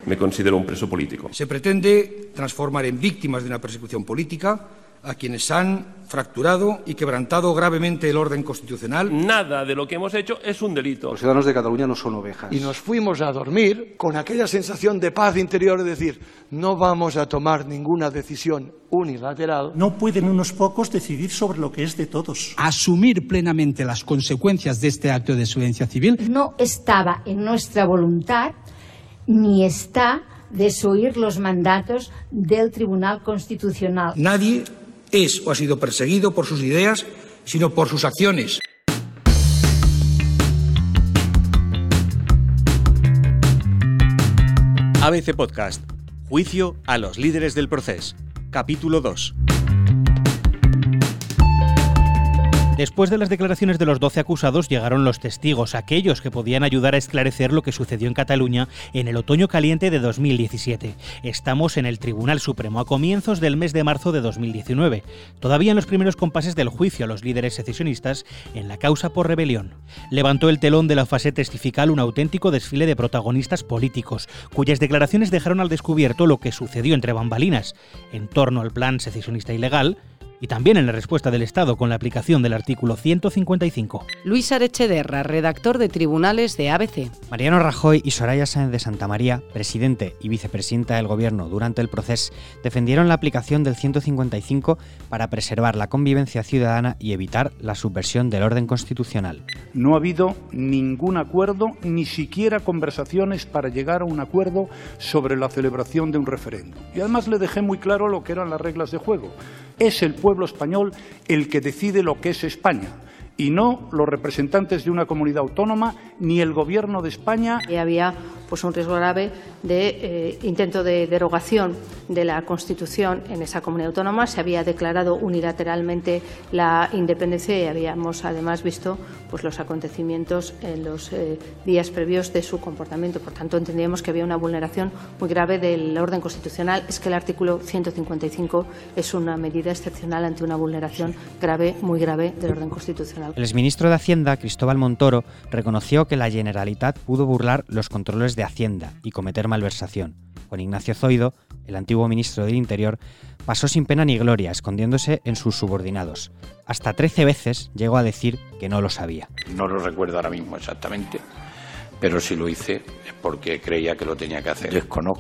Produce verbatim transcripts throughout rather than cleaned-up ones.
me considero un preso político. Se pretende transformar en víctimas de una persecución política a quienes han fracturado y quebrantado gravemente el orden constitucional. Nada de lo que hemos hecho es un delito. Los ciudadanos de Cataluña no son ovejas. Y nos fuimos a dormir con aquella sensación de paz interior de decir, no vamos a tomar ninguna decisión unilateral. No pueden unos pocos decidir sobre lo que es de todos. Asumir plenamente las consecuencias de este acto de desobediencia civil. No estaba en nuestra voluntad ni está desoír los mandatos del Tribunal Constitucional. Nadie es o ha sido perseguido por sus ideas, sino por sus acciones. A B C Podcast. Juicio a los líderes del procés. Capítulo dos. Después de las declaraciones de los doce acusados llegaron los testigos, aquellos que podían ayudar a esclarecer lo que sucedió en Cataluña en el otoño caliente de dos mil diecisiete. Estamos en el Tribunal Supremo a comienzos del mes de marzo de dos mil diecinueve, todavía en los primeros compases del juicio a los líderes secesionistas en la causa por rebelión. Levantó el telón de la fase testifical un auténtico desfile de protagonistas políticos, cuyas declaraciones dejaron al descubierto lo que sucedió entre bambalinas en torno al plan secesionista ilegal, y también en la respuesta del Estado con la aplicación del artículo ciento cincuenta y cinco. Luis Arechederra, redactor de Tribunales de A B C. Mariano Rajoy y Soraya Sáenz de Santamaría, presidente y vicepresidenta del Gobierno durante el proceso, defendieron la aplicación del ciento cincuenta y cinco para preservar la convivencia ciudadana y evitar la subversión del orden constitucional. No ha habido ningún acuerdo, ni siquiera conversaciones para llegar a un acuerdo sobre la celebración de un referéndum. Y además le dejé muy claro lo que eran las reglas de juego. Es el pueblo español el que decide lo que es España, y no los representantes de una comunidad autónoma ni el Gobierno de España. Y había pues un riesgo grave de eh, intento de derogación de la Constitución en esa comunidad autónoma. Se había declarado unilateralmente la independencia y habíamos además visto pues los acontecimientos en los eh, días previos de su comportamiento. Por tanto, entendíamos que había una vulneración muy grave del orden constitucional. Es que el artículo ciento cincuenta y cinco es una medida excepcional ante una vulneración grave, muy grave del orden constitucional. El exministro de Hacienda, Cristóbal Montoro, reconoció que la Generalitat pudo burlar los controles de Hacienda y cometer malversación. Juan Ignacio Zoido, el antiguo ministro del Interior, pasó sin pena ni gloria, escondiéndose en sus subordinados. Hasta trece veces llegó a decir que no lo sabía. No lo recuerdo ahora mismo exactamente, pero si lo hice es porque creía que lo tenía que hacer.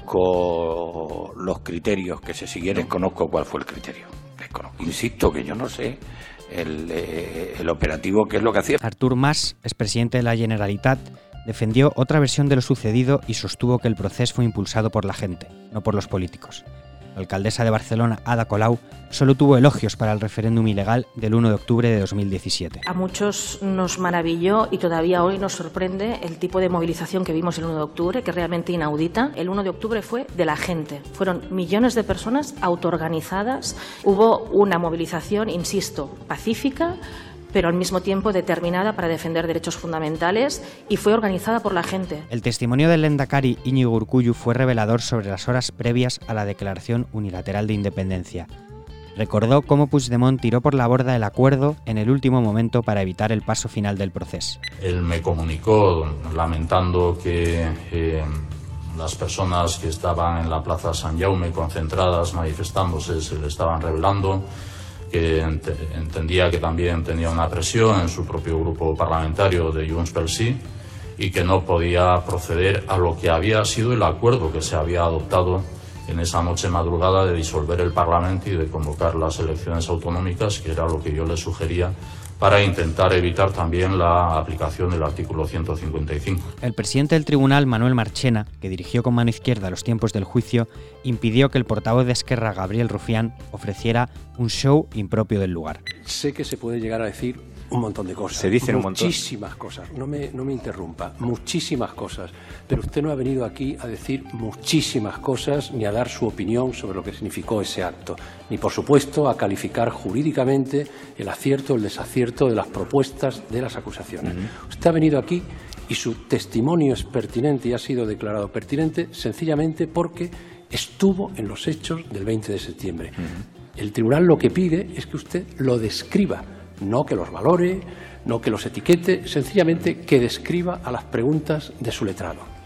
Desconozco los criterios que se siguieron, desconozco cuál fue el criterio. Desconozco. Insisto que yo no sé el, eh, el operativo qué es lo que hacía. Artur Mas, expresidente de la Generalitat, defendió otra versión de lo sucedido y sostuvo que el proceso fue impulsado por la gente, no por los políticos. La alcaldesa de Barcelona, Ada Colau, solo tuvo elogios para el referéndum ilegal del uno de octubre de dos mil diecisiete. A muchos nos maravilló y todavía hoy nos sorprende el tipo de movilización que vimos el uno de octubre, que es realmente inaudita. El uno de octubre fue de la gente. Fueron millones de personas autoorganizadas. Hubo una movilización, insisto, pacífica, pero al mismo tiempo determinada para defender derechos fundamentales y fue organizada por la gente. El testimonio del lehendakari Íñigo Urkullu fue revelador sobre las horas previas a la declaración unilateral de independencia. Recordó cómo Puigdemont tiró por la borda el acuerdo en el último momento para evitar el paso final del proceso. Él me comunicó lamentando que eh, las personas que estaban en la Plaza Sant Jaume concentradas, manifestándose, se le estaban rebelando, que ent entendía que también tenía una presión en su propio grupo parlamentario de Junts pel Sí y que no podía proceder a lo que había sido el acuerdo que se había adoptado en esa noche madrugada de disolver el Parlamento y de convocar las elecciones autonómicas, que era lo que yo le sugería, para intentar evitar también la aplicación del artículo ciento cincuenta y cinco. El presidente del tribunal, Manuel Marchena, que dirigió con mano izquierda los tiempos del juicio, impidió que el portavoz de Esquerra, Gabriel Rufián, ofreciera un show impropio del lugar. Sé que se puede llegar a decir un montón de cosas. Se dicen un montón. Muchísimas cosas. No me, no me interrumpa. Muchísimas cosas. Pero usted no ha venido aquí a decir muchísimas cosas ni a dar su opinión sobre lo que significó ese acto. Ni, por supuesto, a calificar jurídicamente el acierto o el desacierto de las propuestas de las acusaciones. Uh-huh. Usted ha venido aquí y su testimonio es pertinente y ha sido declarado pertinente sencillamente porque estuvo en los hechos del veinte de septiembre. Uh-huh. El tribunal lo que pide es que usted lo describa. No que los valore, no que los etiquete, sencillamente que describa a las preguntas de su letrado.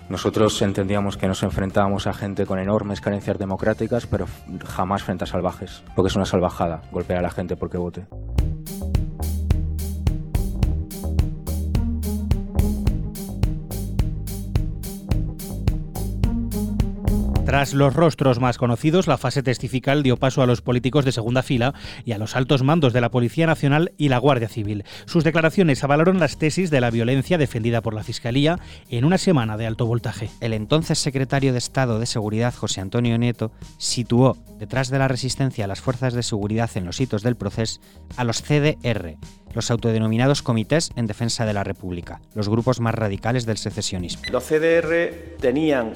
Nosotros entendíamos que nos enfrentábamos a gente con enormes carencias democráticas, pero jamás frente a salvajes, porque es una salvajada golpear a la gente porque vote. Tras los rostros más conocidos, la fase testifical dio paso a los políticos de segunda fila y a los altos mandos de la Policía Nacional y la Guardia Civil. Sus declaraciones avalaron las tesis de la violencia defendida por la Fiscalía en una semana de alto voltaje. El entonces secretario de Estado de Seguridad, José Antonio Nieto, situó detrás de la resistencia a las fuerzas de seguridad en los hitos del proceso a los C D R, los autodenominados Comités en Defensa de la República, los grupos más radicales del secesionismo. Los C D R tenían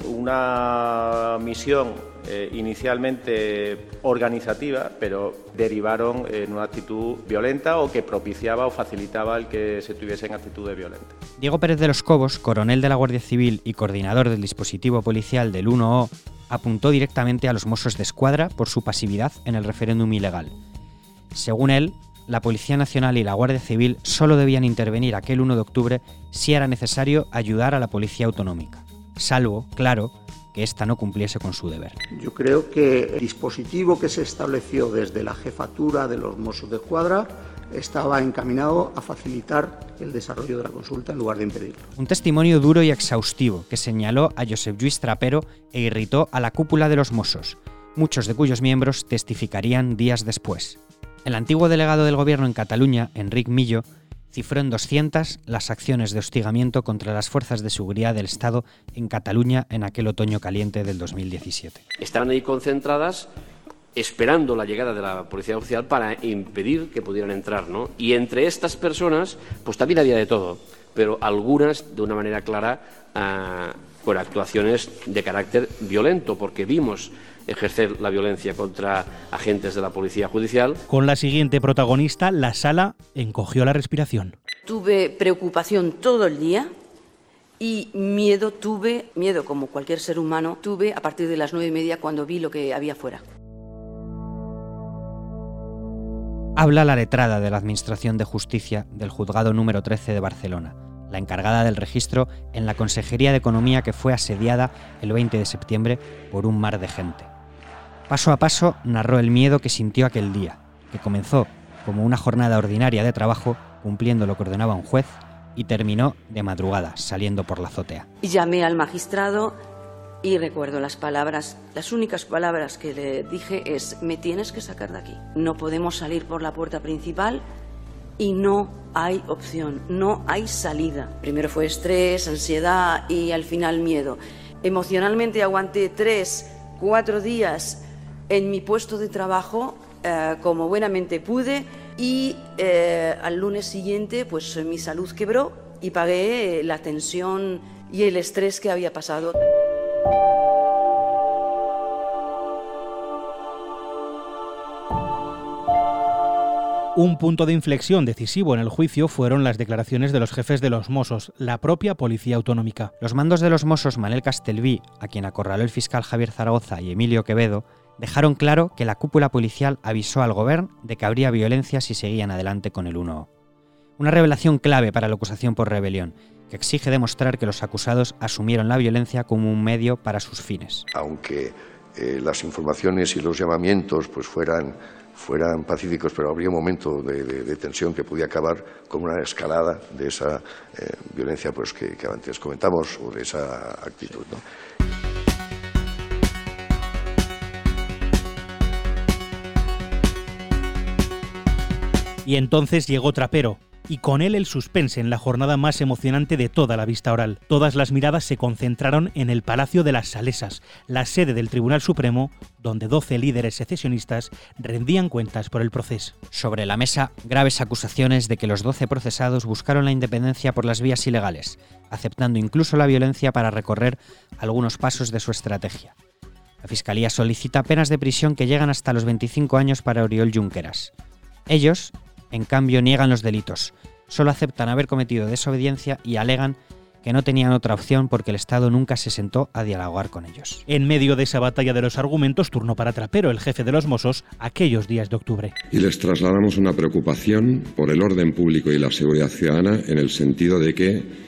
una misión eh, inicialmente organizativa, pero derivaron en una actitud violenta o que propiciaba o facilitaba el que se tuviesen actitudes violentas. Diego Pérez de los Cobos, coronel de la Guardia Civil y coordinador del dispositivo policial del uno O, apuntó directamente a los Mossos de Escuadra por su pasividad en el referéndum ilegal. Según él, la Policía Nacional y la Guardia Civil solo debían intervenir aquel uno de octubre si era necesario ayudar a la Policía Autonómica, salvo, claro, que ésta no cumpliese con su deber. Yo creo que el dispositivo que se estableció desde la jefatura de los Mossos de Escuadra estaba encaminado a facilitar el desarrollo de la consulta en lugar de impedirlo. Un testimonio duro y exhaustivo que señaló a Josep Lluís Trapero e irritó a la cúpula de los Mossos, muchos de cuyos miembros testificarían días después. El antiguo delegado del Gobierno en Cataluña, Enric Millo, cifró en doscientas las acciones de hostigamiento contra las fuerzas de seguridad del Estado en Cataluña en aquel otoño caliente del dos mil diecisiete. Estaban ahí concentradas esperando la llegada de la Policía Oficial para impedir que pudieran entrar, ¿no? Y entre estas personas, pues también había de todo, pero algunas de una manera clara uh, con actuaciones de carácter violento, porque vimos ejercer la violencia contra agentes de la Policía Judicial. Con la siguiente protagonista, la sala encogió la respiración. Tuve preocupación todo el día y miedo tuve, miedo como cualquier ser humano, tuve a partir de las nueve y media cuando vi lo que había fuera. Habla la letrada de la Administración de Justicia del Juzgado número trece de Barcelona, la encargada del registro en la Consejería de Economía que fue asediada el veinte de septiembre por un mar de gente. Paso a paso narró el miedo que sintió aquel día, que comenzó como una jornada ordinaria de trabajo cumpliendo lo que ordenaba un juez y terminó de madrugada saliendo por la azotea. Llamé al magistrado y recuerdo las palabras, las únicas palabras que le dije es: me tienes que sacar de aquí. No podemos salir por la puerta principal y no hay opción, no hay salida. Primero fue estrés, ansiedad y al final miedo. Emocionalmente aguanté tres, cuatro días en mi puesto de trabajo eh, como buenamente pude y eh, al lunes siguiente pues mi salud quebró y pagué la tensión y el estrés que había pasado. Un punto de inflexión decisivo en el juicio fueron las declaraciones de los jefes de los Mossos, la propia Policía Autonómica. Los mandos de los Mossos, Manel Castelví, a quien acorraló el fiscal Javier Zaragoza, y Emilio Quevedo, dejaron claro que la cúpula policial avisó al Gobierno de que habría violencia si seguían adelante con el uno O. Una revelación clave para la acusación por rebelión, que exige demostrar que los acusados asumieron la violencia como un medio para sus fines. Aunque eh, las informaciones y los llamamientos pues fueran, fueran pacíficos, pero habría un momento de, de, de tensión que podía acabar con una escalada de esa eh, violencia pues, que, que antes comentamos o de esa actitud, ¿no? Y entonces llegó Trapero, y con él el suspense en la jornada más emocionante de toda la vista oral. Todas las miradas se concentraron en el Palacio de las Salesas, la sede del Tribunal Supremo, donde doce líderes secesionistas rendían cuentas por el proceso. Sobre la mesa, graves acusaciones de que los doce procesados buscaron la independencia por las vías ilegales, aceptando incluso la violencia para recorrer algunos pasos de su estrategia. La Fiscalía solicita penas de prisión que llegan hasta los veinticinco años para Oriol Junqueras. Ellos, en cambio, niegan los delitos, solo aceptan haber cometido desobediencia y alegan que no tenían otra opción porque el Estado nunca se sentó a dialogar con ellos. En medio de esa batalla de los argumentos, turno para Trapero, el jefe de los Mossos, aquellos días de octubre. Y les trasladamos una preocupación por el orden público y la seguridad ciudadana en el sentido de que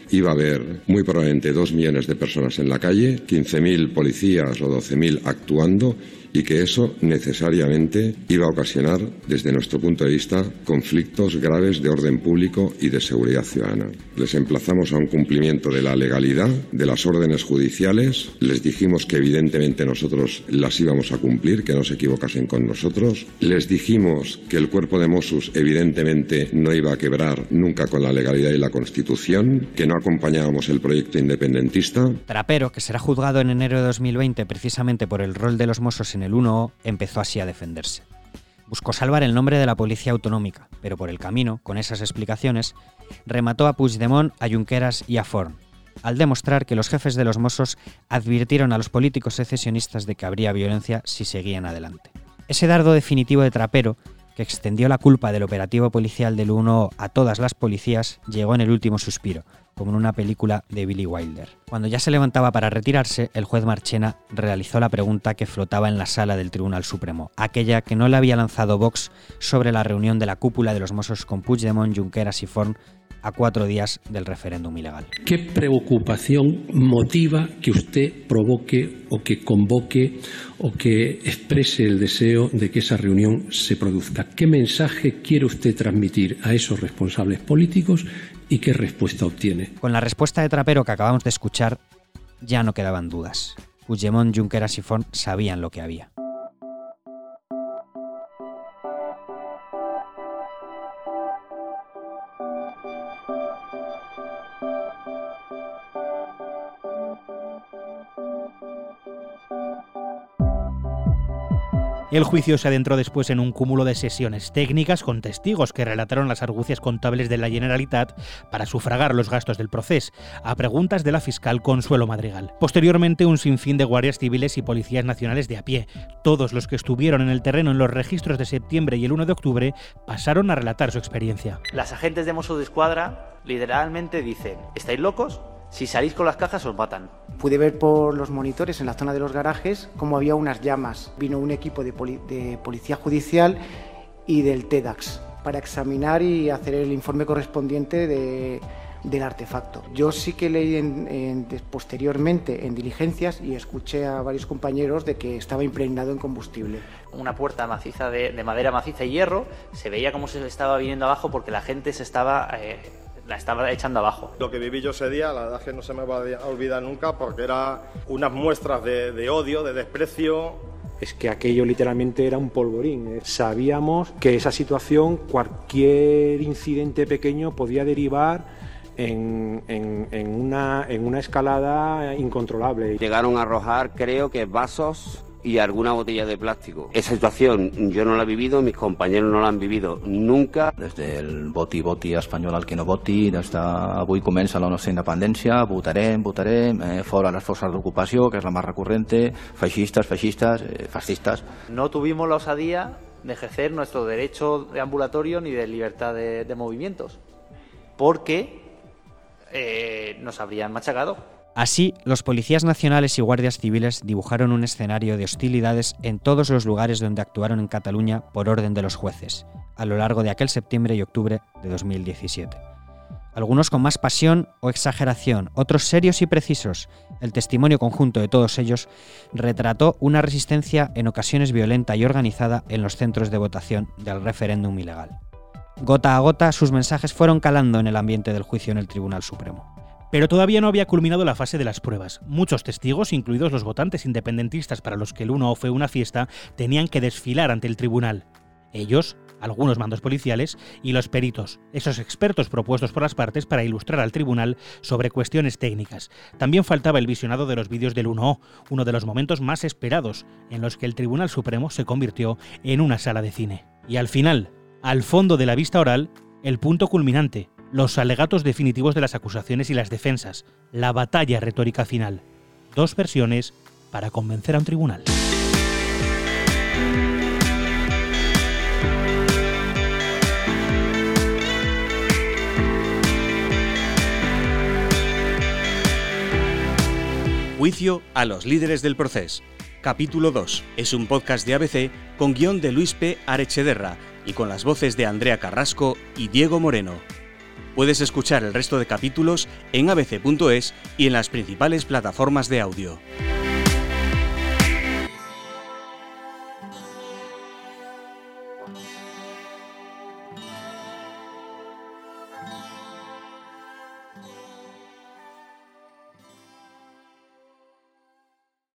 iba a haber muy probablemente dos millones de personas en la calle, quince mil policías o doce mil actuando, y que eso necesariamente iba a ocasionar, desde nuestro punto de vista, conflictos graves de orden público y de seguridad ciudadana. Les emplazamos a un cumplimiento de la legalidad, de las órdenes judiciales, les dijimos que evidentemente nosotros las íbamos a cumplir, que no se equivocasen con nosotros, les dijimos que el cuerpo de Mossos evidentemente no iba a quebrar nunca con la legalidad y la Constitución, que no acompañábamos el proyecto independentista. Trapero, que será juzgado en enero de dos mil veinte precisamente por el rol de los Mossos en el uno O, empezó así a defenderse. Buscó salvar el nombre de la policía autonómica, pero por el camino, con esas explicaciones, remató a Puigdemont, a Junqueras y a Forn, al demostrar que los jefes de los Mossos advirtieron a los políticos secesionistas de que habría violencia si seguían adelante. Ese dardo definitivo de Trapero, que extendió la culpa del operativo policial del uno O a todas las policías, llegó en el último suspiro, como en una película de Billy Wilder. Cuando ya se levantaba para retirarse, el juez Marchena realizó la pregunta que flotaba en la sala del Tribunal Supremo, aquella que no le había lanzado Vox sobre la reunión de la cúpula de los Mossos con Puigdemont, Junqueras y Forn a cuatro días del referéndum ilegal. ¿Qué preocupación motiva que usted provoque o que convoque o que exprese el deseo de que esa reunión se produzca? ¿Qué mensaje quiere usted transmitir a esos responsables políticos y qué respuesta obtiene? Con la respuesta de Trapero que acabamos de escuchar, ya no quedaban dudas. Puigdemont, Junqueras y Forn sabían lo que había. El juicio se adentró después en un cúmulo de sesiones técnicas con testigos que relataron las argucias contables de la Generalitat para sufragar los gastos del proceso, a preguntas de la fiscal Consuelo Madrigal. Posteriormente, un sinfín de guardias civiles y policías nacionales de a pie, todos los que estuvieron en el terreno en los registros de septiembre y el uno de octubre, pasaron a relatar su experiencia. Las agentes de Mossos d'Esquadra literalmente dicen: ¿estáis locos? Si salís con las cajas os matan. Pude ver por los monitores en la zona de los garajes cómo había unas llamas. Vino un equipo de, poli de policía judicial y del TEDAX para examinar y hacer el informe correspondiente de, del artefacto. Yo sí que leí en, en, posteriormente en diligencias y escuché a varios compañeros de que estaba impregnado en combustible. Una puerta maciza de, de madera maciza y hierro, se veía cómo se estaba viniendo abajo porque la gente se estaba... Eh, la estaba echando abajo. Lo que viví yo ese día, la verdad es que no se me va a olvidar nunca, porque era unas muestras de, de odio, de desprecio. Es que aquello literalmente era un polvorín. Sabíamos que esa situación, cualquier incidente pequeño podía derivar en, en, en, una, en una escalada incontrolable. Llegaron a arrojar, creo que vasos y alguna botella de plástico. Esa situación yo no la he vivido, mis compañeros no la han vivido nunca. Des del voti voti espanyol al que no voti, des d'avui comença la nostra independència, votarem, votarem, eh, fora les forces d'ocupació, que és la més recurrente, feixistes, feixistes, eh, fascistes. No tuvimos la osadía de ejercer nuestro derecho de ambulatorio ni de libertad de, de movimientos, porque eh, nos habrían machacado. Así, los policías nacionales y guardias civiles dibujaron un escenario de hostilidades en todos los lugares donde actuaron en Cataluña por orden de los jueces, a lo largo de aquel septiembre y octubre de dos mil diecisiete. Algunos con más pasión o exageración, otros serios y precisos. El testimonio conjunto de todos ellos retrató una resistencia en ocasiones violenta y organizada en los centros de votación del referéndum ilegal. Gota a gota, sus mensajes fueron calando en el ambiente del juicio en el Tribunal Supremo. Pero todavía no había culminado la fase de las pruebas. Muchos testigos, incluidos los votantes independentistas para los que el uno O fue una fiesta, tenían que desfilar ante el tribunal. Ellos, algunos mandos policiales y los peritos, esos expertos propuestos por las partes para ilustrar al tribunal sobre cuestiones técnicas. También faltaba el visionado de los vídeos del uno O, uno de los momentos más esperados, en los que el Tribunal Supremo se convirtió en una sala de cine. Y al final, al fondo de la vista oral, el punto culminante, los alegatos definitivos de las acusaciones y las defensas, la batalla retórica final. Dos versiones para convencer a un tribunal. Juicio a los líderes del proceso. Capítulo dos. Es un podcast de A B C con guión de Luis P. Arechederra y con las voces de Andrea Carrasco y Diego Moreno. Puedes escuchar el resto de capítulos en a b c punto es y en las principales plataformas de audio.